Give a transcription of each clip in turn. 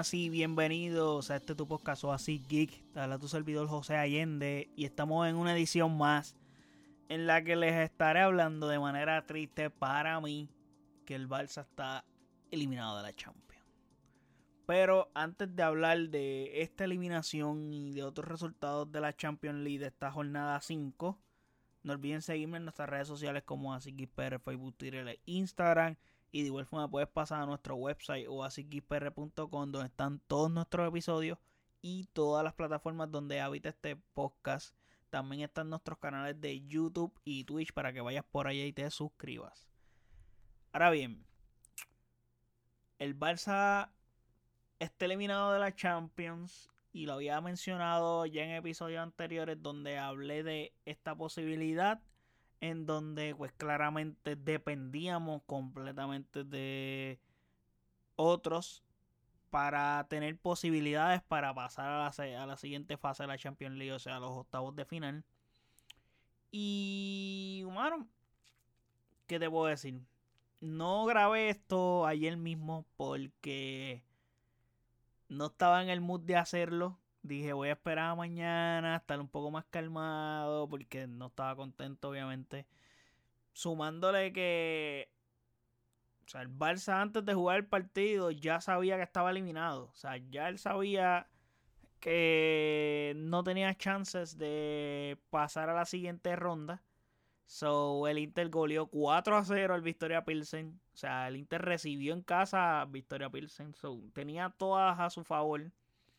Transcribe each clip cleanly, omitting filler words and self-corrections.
buenas y bienvenidos a este tu podcast Oasis Geek. Te habla tu servidor José Allende y estamos en una edición más en la que les estaré hablando de manera triste para mí que el Barça está eliminado de la Champions. Pero antes de hablar de esta eliminación y de otros resultados de la Champions League de esta jornada 5, no olviden seguirme en nuestras redes sociales como OasisGeekPR, Facebook, Twitter e Instagram. Y de igual forma puedes pasar a nuestro website oasisgeekpr.com, donde están todos nuestros episodios y todas las plataformas donde habita este podcast. También están nuestros canales de YouTube y Twitch para que vayas por allá y te suscribas. Ahora bien, el Barça está eliminado de la Champions y lo había mencionado ya en episodios anteriores donde hablé de esta posibilidad, en donde pues claramente dependíamos completamente de otros para tener posibilidades para pasar a la siguiente fase de la Champions League, o sea, a los octavos de final. Y bueno, ¿qué te puedo decir? No grabé esto ayer mismo porque no estaba en el mood de hacerlo. Dije, voy a esperar a mañana, estar un poco más calmado, porque no estaba contento, obviamente. Sumándole que, o sea, el Barça antes de jugar el partido ya sabía que estaba eliminado. O sea, ya él sabía que no tenía chances de pasar a la siguiente ronda. So, el Inter goleó 4-0 al Victoria Pilsen. O sea, el Inter recibió en casa a Victoria Pilsen. So, tenía todas a su favor.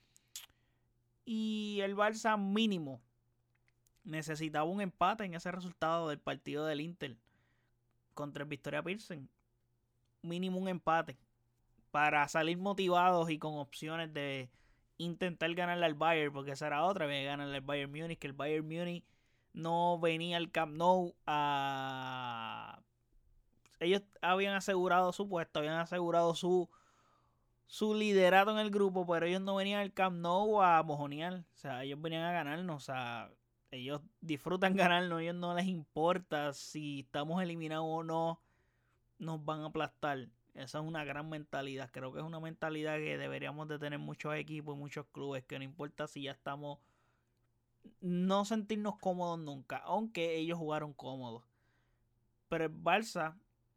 Y el Barça mínimo necesitaba un empate en ese resultado del partido del Inter contra el Victoria Pilsen. Mínimo un empate para salir motivados y con opciones de intentar ganarle al Bayern, porque esa era otra vez ganarle al Bayern Múnich, que el Bayern Múnich no venía al Camp Nou a... Ellos habían asegurado su puesto, habían asegurado su liderato en el grupo, pero ellos no venían al Camp Nou a mojonear. O sea, ellos venían a ganarnos. O sea, ellos disfrutan ganarnos. A ellos no les importa si estamos eliminados o no. Nos van a aplastar. Esa es una gran mentalidad. Creo que es una mentalidad que deberíamos de tener muchos equipos y muchos clubes. Que no importa si ya estamos... No sentirnos cómodos nunca. Aunque ellos jugaron cómodos. Pero el Barça...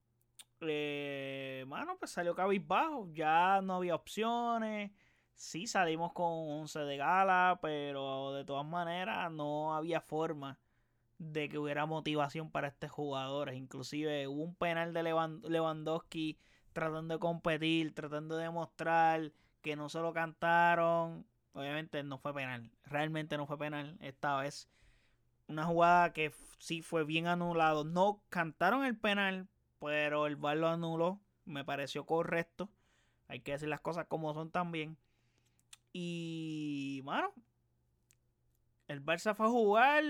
mano, pues salió cabizbajo. Ya no había opciones. Sí salimos con 11 de gala, pero de todas maneras no había forma de que hubiera motivación para estos jugadores. Inclusive hubo un penal de Lewandowski tratando de competir, tratando de demostrar que no se lo cantaron. Obviamente no fue penal. Realmente no fue penal esta vez. Una jugada que sí fue bien anulado. No cantaron el penal, pero el VAR lo anuló. Me pareció correcto. Hay que decir las cosas como son también. Y, bueno, el Barça fue a jugar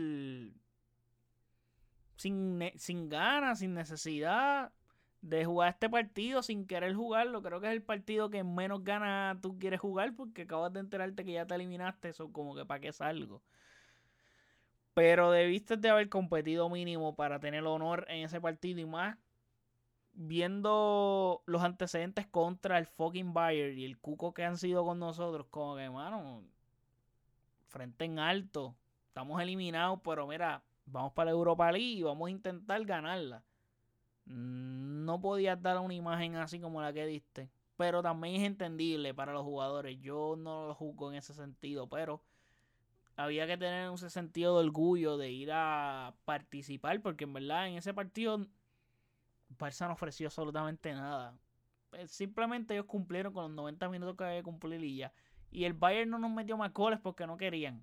sin ganas, sin necesidad de jugar este partido, sin querer jugarlo. Creo que es el partido que menos ganas tú quieres jugar porque acabas de enterarte que ya te eliminaste. Eso como que para qué salgo. Pero debiste de haber competido mínimo para tener honor en ese partido y más viendo los antecedentes contra el fucking Bayern y el cuco que han sido con nosotros, como que, mano, frente en alto, estamos eliminados, pero mira, vamos para la Europa League y vamos a intentar ganarla. No podías dar una imagen así como la que diste, pero también es entendible para los jugadores. Yo no lo juzgo en ese sentido, pero había que tener ese sentido de orgullo de ir a participar, porque en verdad en ese partido Barça no ofreció absolutamente nada. Simplemente ellos cumplieron con los 90 minutos que había que cumplir y ya. Y el Bayern no nos metió más goles porque no querían.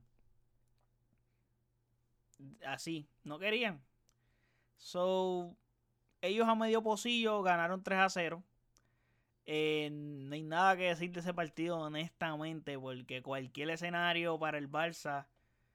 Así, no querían. So, ellos a medio pocillo ganaron 3-0. No hay nada que decir de ese partido, honestamente, porque cualquier escenario para el Barça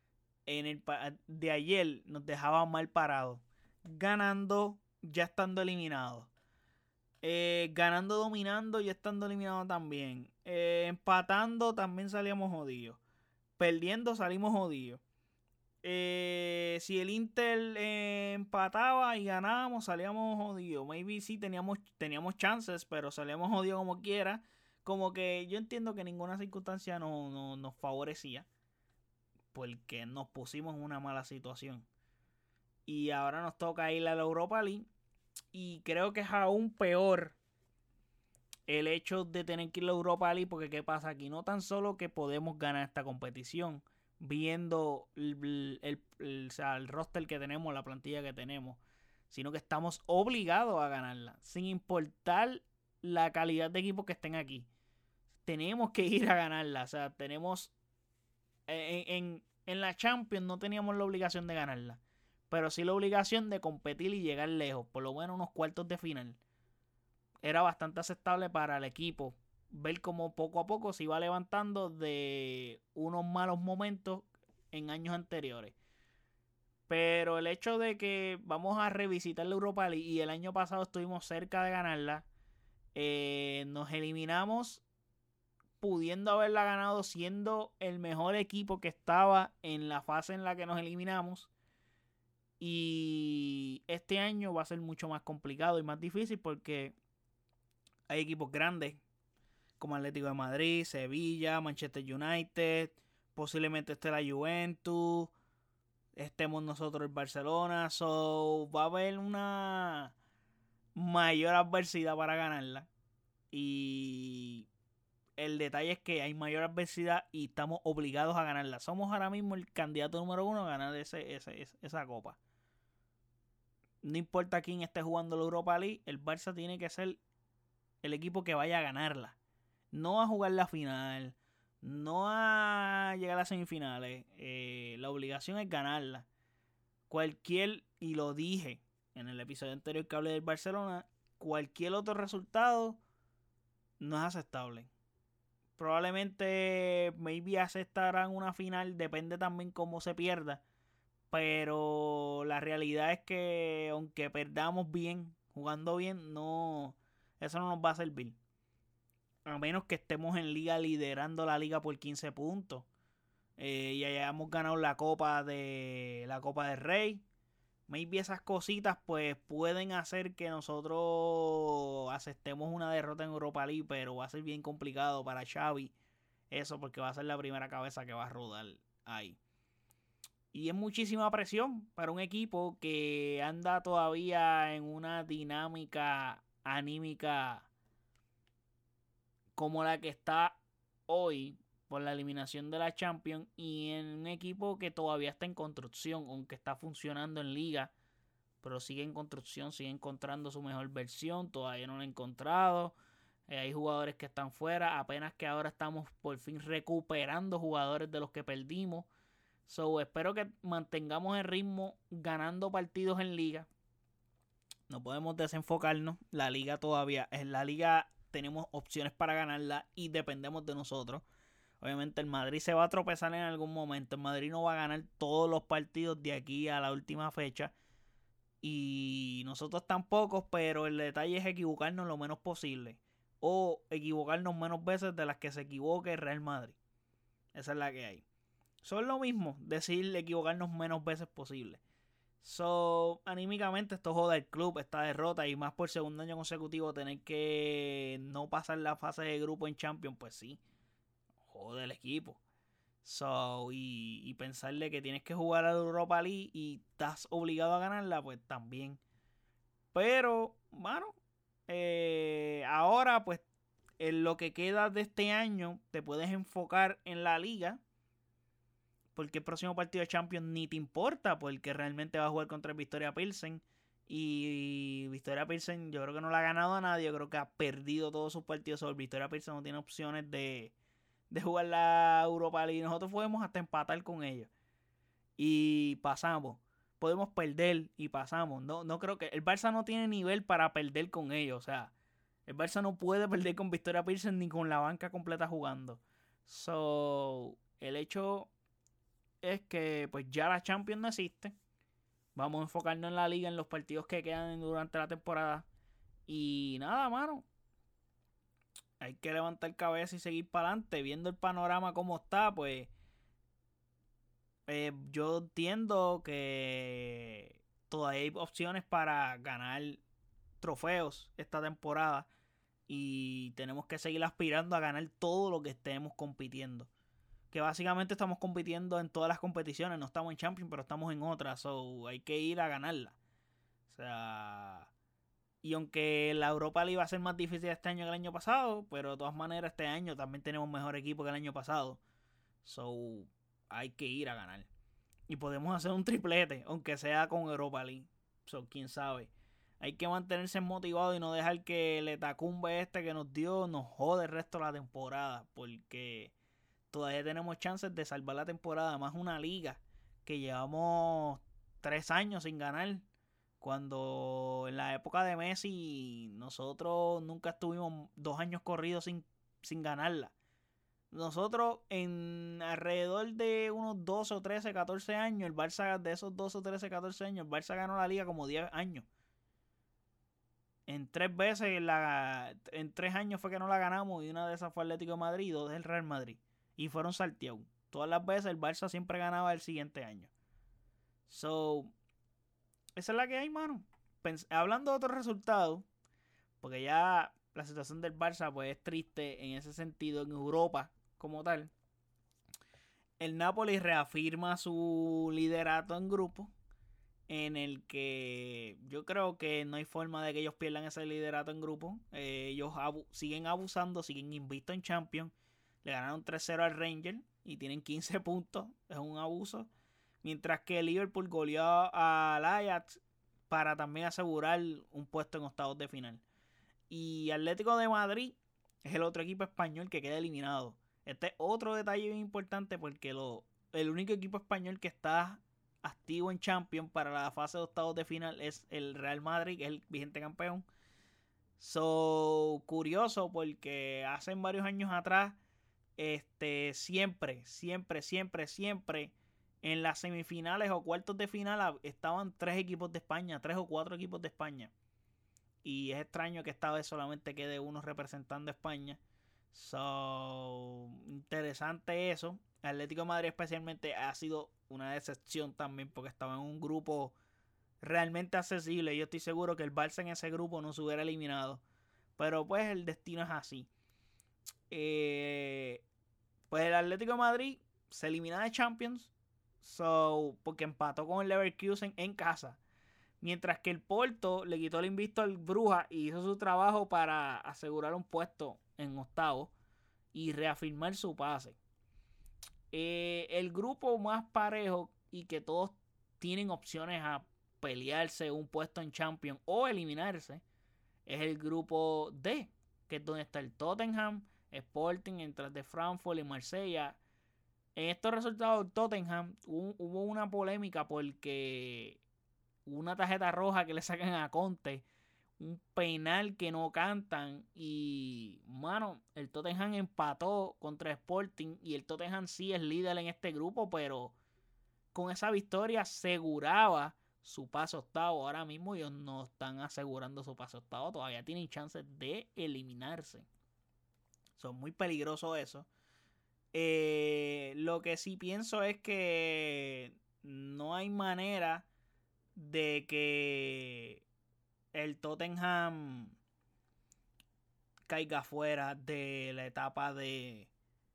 de ayer nos dejaba mal parados. Ganando, ya estando eliminados. Ganando, dominando, ya estando eliminados también. Empatando, también salíamos jodidos. Perdiendo, salimos jodidos. Si el Inter empataba y ganábamos, salíamos jodidos. Maybe sí teníamos chances, pero salíamos jodidos como quiera. como que yo entiendo que ninguna circunstancia nos favorecía porque nos pusimos en una mala situación. Y ahora nos toca ir a la Europa League y creo que es aún peor el hecho de tener que ir a la Europa League porque ¿qué pasa aquí? No tan solo que podemos ganar esta competición viendo o sea, el roster que tenemos, la plantilla que tenemos, sino que estamos obligados a ganarla, sin importar la calidad de equipo que estén aquí. Tenemos que ir a ganarla, o sea, tenemos en la Champions no teníamos la obligación de ganarla, pero sí la obligación de competir y llegar lejos, por lo menos unos cuartos de final. Era bastante aceptable para el equipo ver cómo poco a poco se iba levantando de unos malos momentos en años anteriores. Pero el hecho de que vamos a revisitar la Europa League y el año pasado estuvimos cerca de ganarla, nos eliminamos pudiendo haberla ganado siendo el mejor equipo que estaba en la fase en la que nos eliminamos. Y este año va a ser mucho más complicado y más difícil porque hay equipos grandes como Atlético de Madrid, Sevilla, Manchester United, posiblemente esté la Juventus, estemos nosotros el Barcelona, so va a haber una mayor adversidad para ganarla y el detalle es que hay mayor adversidad y estamos obligados a ganarla. Somos ahora mismo el candidato número uno a ganar esa copa. No importa quién esté jugando la Europa League, el Barça tiene que ser el equipo que vaya a ganarla. No a jugar la final, no a llegar a las semifinales. La obligación es ganarla. Y lo dije en el episodio anterior que hablé del Barcelona, cualquier otro resultado no es aceptable. Probablemente, maybe aceptarán una final, depende también cómo se pierda. Pero la realidad es que aunque perdamos bien, jugando bien, no, eso no nos va a servir. A menos que estemos en liga liderando la liga por 15 puntos. Y hayamos ganado la Copa del Rey. Maybe esas cositas pues pueden hacer que nosotros aceptemos una derrota en Europa League, pero va a ser bien complicado para Xavi eso porque va a ser la primera cabeza que va a rodar ahí. Y es muchísima presión para un equipo que anda todavía en una dinámica anímica como la que está hoy por la eliminación de la Champions y en un equipo que todavía está en construcción, aunque está funcionando en liga, pero sigue en construcción, sigue encontrando su mejor versión, todavía no lo ha encontrado. Hay jugadores que están fuera, apenas que ahora estamos por fin recuperando jugadores de los que perdimos. So, espero que mantengamos el ritmo ganando partidos en liga. No podemos desenfocarnos. La liga todavía, en la liga tenemos opciones para ganarla y dependemos de nosotros. Obviamente el Madrid se va a tropezar en algún momento. El Madrid no va a ganar todos los partidos de aquí a la última fecha. Y nosotros tampoco, pero el detalle es equivocarnos lo menos posible. O equivocarnos menos veces de las que se equivoque el Real Madrid. Esa es la que hay. Son lo mismo, decir equivocarnos menos veces posible. So, anímicamente esto joda el club, esta derrota y más por segundo año consecutivo tener que no pasar la fase de grupo en Champions, pues sí, jode el equipo. So, y pensarle que tienes que jugar a la Europa League y estás obligado a ganarla, pues también. Pero, bueno, ahora pues en lo que queda de este año te puedes enfocar en la liga. Porque el próximo partido de Champions ni te importa, porque realmente va a jugar contra el Victoria Pilsen. Y Victoria Pilsen yo creo que no le ha ganado a nadie, yo creo que ha perdido todos sus partidos. Sobre Victoria Pilsen no tiene opciones de jugar la Europa League. Nosotros podemos hasta empatar con ellos. Y pasamos. Podemos perder y pasamos. No creo que... El Barça no tiene nivel para perder con ellos. O sea, el Barça no puede perder con Victoria Pilsen ni con la banca completa jugando. So, el hecho es que pues ya la Champions no existe. Vamos a enfocarnos en la liga, en los partidos que quedan durante la temporada. Y nada, mano. Hay que levantar cabeza y seguir para adelante. Viendo el panorama como está, pues yo entiendo que todavía hay opciones para ganar trofeos esta temporada. y tenemos que seguir aspirando a ganar todo lo que estemos compitiendo. Que básicamente estamos compitiendo en todas las competiciones, no estamos en Champions, pero estamos en otras, so hay que ir a ganarla. O sea, y aunque la Europa League va a ser más difícil este año que el año pasado, pero de todas maneras este año también tenemos mejor equipo que el año pasado. So, hay que ir a ganar. Y podemos hacer un triplete, aunque sea con Europa League. So, quién sabe. Hay que mantenerse motivado y no dejar que el etacumbe este que nos dio nos jode el resto de la temporada. Porque todavía tenemos chances de salvar la temporada. Además, una liga que llevamos 3 años sin ganar. Cuando en la época de Messi nosotros nunca estuvimos 2 años corridos sin ganarla. Nosotros en alrededor de unos 12 o 13, 14 años, el Barça de esos 12 o 13, 14 años, el Barça ganó la liga como 10 años. En 3 veces, en 3 años fue que no la ganamos y una de esas fue Atlético de Madrid y 2 del Real Madrid. Y fueron salteados. Todas las veces el Barça siempre ganaba el siguiente año. So, esa es la que hay, mano. Hablando de otros resultados, porque ya la situación del Barça pues es triste en ese sentido en Europa como tal. El Napoli reafirma su liderato en grupo, en el que yo creo que no hay forma de que ellos pierdan ese liderato en grupo. Ellos siguen abusando, siguen invictos en Champions. Le ganaron 3-0 al Rangers y tienen 15 puntos. Es un abuso. Mientras que el Liverpool goleó al Ajax para también asegurar un puesto en octavos de final. Y Atlético de Madrid es el otro equipo español que queda eliminado. Este es otro detalle bien importante porque el único equipo español que está activo en Champions para la fase de octavos de final es el Real Madrid, que es el vigente campeón. So, curioso porque hace varios años atrás, siempre en las semifinales o cuartos de final estaban 3 equipos de España, 3 o 4 equipos de España. Y es extraño que esta vez solamente quede uno representando a España. So, interesante eso. Atlético de Madrid especialmente ha sido una decepción también porque estaba en un grupo realmente accesible. Yo estoy seguro que el Barça en ese grupo no se hubiera eliminado. Pero pues el destino es así. Pues el Atlético de Madrid se elimina de Champions. So, porque empató con el Leverkusen en casa. Mientras que el Porto le quitó el invicto al Bruja y hizo su trabajo para asegurar un puesto en octavo y reafirmar su pase. El grupo más parejo y que todos tienen opciones a pelearse un puesto en Champions o eliminarse es el grupo D, que es donde está el Tottenham, Sporting, Eintracht de Frankfurt y Marsella. En estos resultados Tottenham hubo una polémica porque una tarjeta roja que le sacan a Conte, un penal que no cantan y, mano, el Tottenham empató contra Sporting y el Tottenham sí es líder en este grupo, pero con esa victoria aseguraba su pase octavo. Ahora mismo ellos no están asegurando su pase octavo, todavía tienen chances de eliminarse. Son muy peligrosos eso. Lo que sí pienso es que no hay manera de que el Tottenham caiga fuera de la etapa de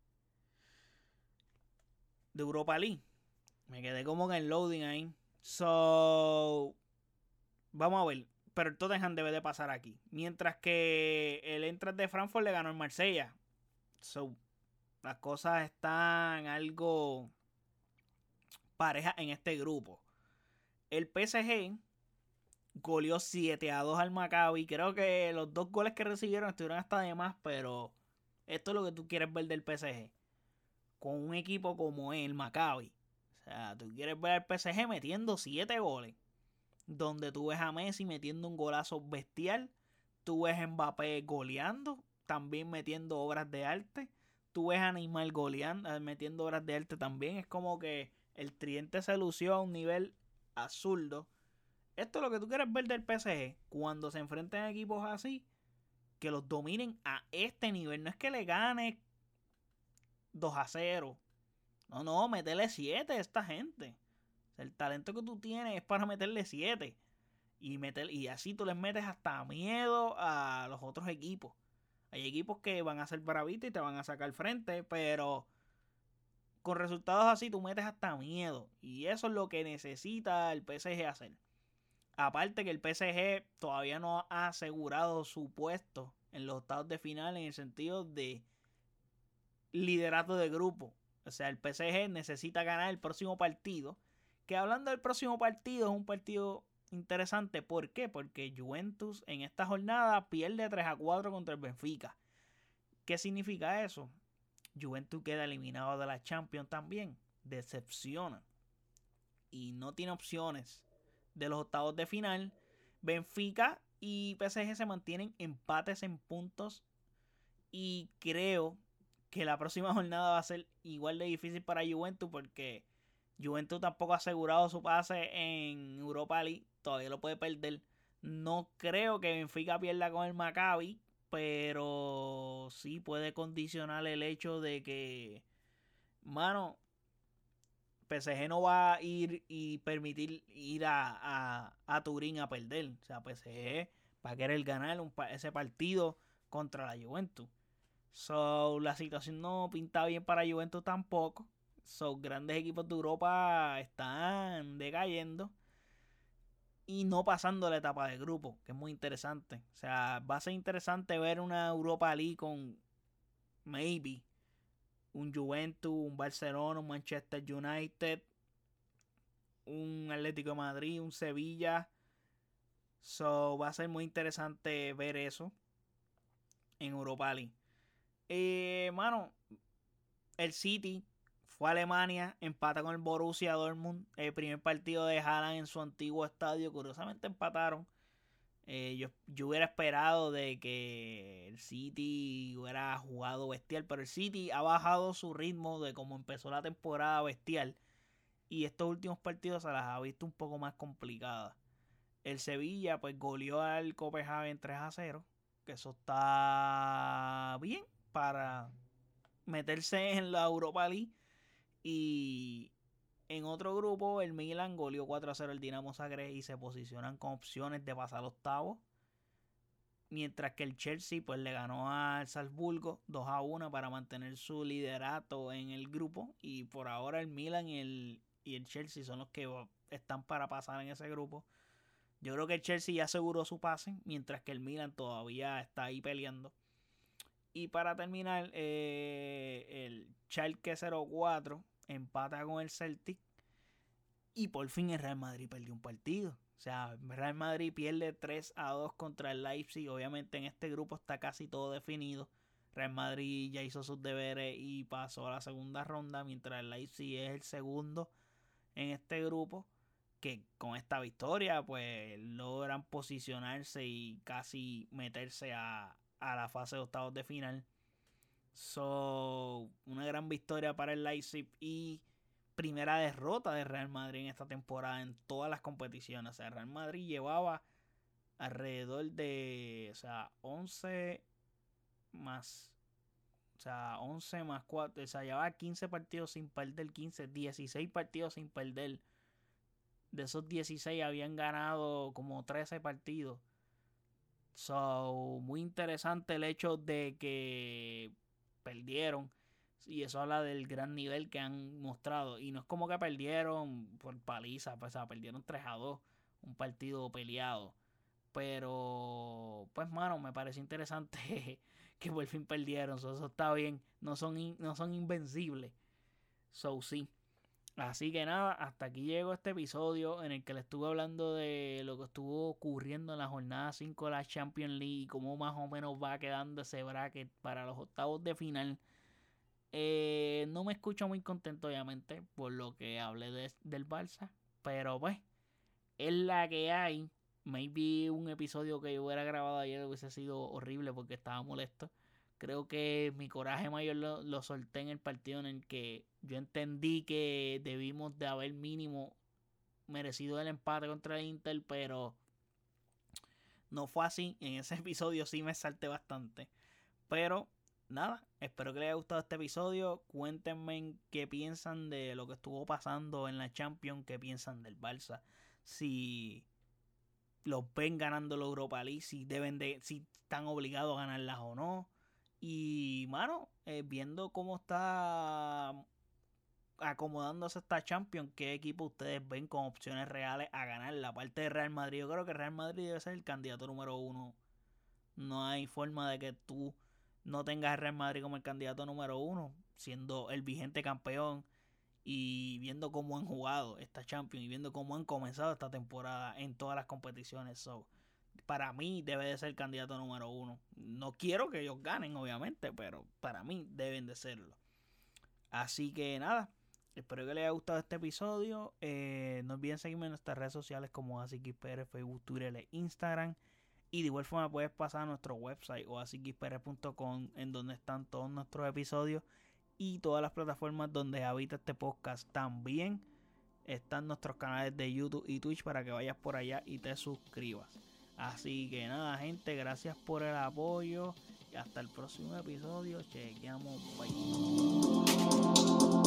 Europa League. Me quedé como en el loading ahí. So, vamos a ver. Pero el Tottenham debe de pasar aquí. Mientras que el Eintracht de Frankfurt le ganó el Marsella. So, las cosas están algo parejas en este grupo. El PSG goleó 7-2 al Maccabi. Creo que los 2 goles que recibieron estuvieron hasta de más, pero esto es lo que tú quieres ver del PSG. Con un equipo como el Maccabi. O sea, tú quieres ver al PSG metiendo 7 goles. Donde tú ves a Messi metiendo un golazo bestial. Tú ves a Mbappé goleando, también metiendo obras de arte. Tú ves a Neymar goleando, metiendo obras de arte también. Es como que el tridente se lució a un nivel absurdo. Esto es lo que tú quieres ver del PSG. Cuando se enfrenten a equipos así, que los dominen a este nivel. No es que le gane 2-0. No, meterle 7 a esta gente. O sea, el talento que tú tienes es para meterle 7. Y así tú les metes hasta miedo a los otros equipos. Hay equipos que van a ser bravitos y te van a sacar frente, pero con resultados así tú metes hasta miedo. Y eso es lo que necesita el PSG hacer. Aparte que el PSG todavía no ha asegurado su puesto en los octavos de final en el sentido de liderato de grupo. O sea, el PSG necesita ganar el próximo partido. Que hablando del próximo partido, es un partido interesante. ¿Por qué? Porque Juventus en esta jornada pierde 3-4 contra el Benfica. ¿Qué significa eso? Juventus queda eliminado de la Champions también. Decepciona. Y no tiene opciones de los octavos de final. Benfica y PSG se mantienen empates en puntos. Y creo que la próxima jornada va a ser igual de difícil para Juventus porque Juventus tampoco ha asegurado su pase en Europa League. Todavía lo puede perder. No creo que Benfica pierda con el Maccabi, pero sí puede condicionar el hecho de que, mano, PSG no va a ir y permitir ir a Turín a perder. O sea, PSG va a querer ganar ese partido contra la Juventus. So, la situación no pinta bien para Juventus tampoco. So, grandes equipos de Europa están decayendo y no pasando la etapa de grupo, que es muy interesante. O sea, va a ser interesante ver una Europa League con maybe un Juventus, un Barcelona, un Manchester United, un Atlético de Madrid, un Sevilla. So, va a ser muy interesante ver eso en Europa League. Mano, el City fue a Alemania, empata con el Borussia Dortmund. El primer partido de Haaland en su antiguo estadio. Curiosamente empataron. Yo hubiera esperado de que el City hubiera jugado bestial, pero el City ha bajado su ritmo de cómo empezó la temporada bestial. Y estos últimos partidos se las ha visto un poco más complicadas. El Sevilla pues goleó al Copenhagen 3-0. Que eso está bien para meterse en la Europa League. Y en otro grupo, el Milan goleó 4-0 al Dinamo Zagreb y se posicionan con opciones de pasar octavos. Mientras que el Chelsea pues le ganó al Salzburgo 2-1 para mantener su liderato en el grupo. Y por ahora el Milan y el Chelsea son los que están para pasar en ese grupo. Yo creo que el Chelsea ya aseguró su pase, mientras que el Milan todavía está ahí peleando. Y para terminar, el Schalke 04 empata con el Celtic. Y por fin el Real Madrid perdió un partido. O sea, el Real Madrid pierde 3-2 contra el Leipzig. Obviamente en este grupo está casi todo definido. Real Madrid ya hizo sus deberes y pasó a la segunda ronda. Mientras el Leipzig es el segundo en este grupo. Que con esta victoria pues logran posicionarse y casi meterse a la fase de octavos de final. So, una gran victoria para el Leipzig y primera derrota de Real Madrid en esta temporada en todas las competiciones. O sea, Real Madrid llevaba alrededor de, o sea, 11 más, o sea, 11 más 4, o sea, llevaba 15 partidos sin perder, 16 partidos sin perder. De esos 16 habían ganado como 13 partidos. So, muy interesante el hecho de que perdieron. Y eso habla del gran nivel que han mostrado. Y no es como que perdieron por paliza. Pues, o sea, perdieron 3-2. Un partido peleado. Pero, pues, mano, me parece interesante que por fin perdieron. So, eso está bien. No son invencibles. So, sí. Así que nada, hasta aquí llegó este episodio en el que le estuve hablando de lo que estuvo ocurriendo en la jornada 5 de la Champions League y cómo más o menos va quedando ese bracket para los octavos de final. No me escucho muy contento, obviamente, por lo que hablé del Barça, pero pues, es la que hay. Maybe un episodio que yo hubiera grabado ayer hubiese sido horrible porque estaba molesto. Creo que mi coraje mayor lo solté en el partido en el que yo entendí que debimos de haber mínimo merecido el empate contra el Inter, pero no fue así. En ese episodio sí me salté bastante. Pero nada, espero que les haya gustado este episodio. Cuéntenme qué piensan de lo que estuvo pasando en la Champions, qué piensan del Barça. Si los ven ganando la Europa League, si están obligados a ganarlas o no. Y, mano, viendo cómo está acomodándose esta Champions, ¿qué equipo ustedes ven con opciones reales a ganar? La parte de Real Madrid, yo creo que Real Madrid debe ser el candidato número uno. No hay forma de que tú no tengas a Real Madrid como el candidato número uno, siendo el vigente campeón y viendo cómo han jugado esta Champions y viendo cómo han comenzado esta temporada en todas las competiciones. So, para mí debe de ser el candidato número uno. No quiero que ellos ganen, obviamente, pero para mí deben de serlo. Así que nada, espero que les haya gustado este episodio. No olviden seguirme en nuestras redes sociales como AsiKisPR, Facebook, Twitter e Instagram. Y de igual forma puedes pasar a nuestro website o asikispr.com, en donde están todos nuestros episodios y todas las plataformas donde habita este podcast. También están nuestros canales de YouTube y Twitch para que vayas por allá y te suscribas. Así que nada, gente, gracias por el apoyo y hasta el próximo episodio. Chequeamos. Bye.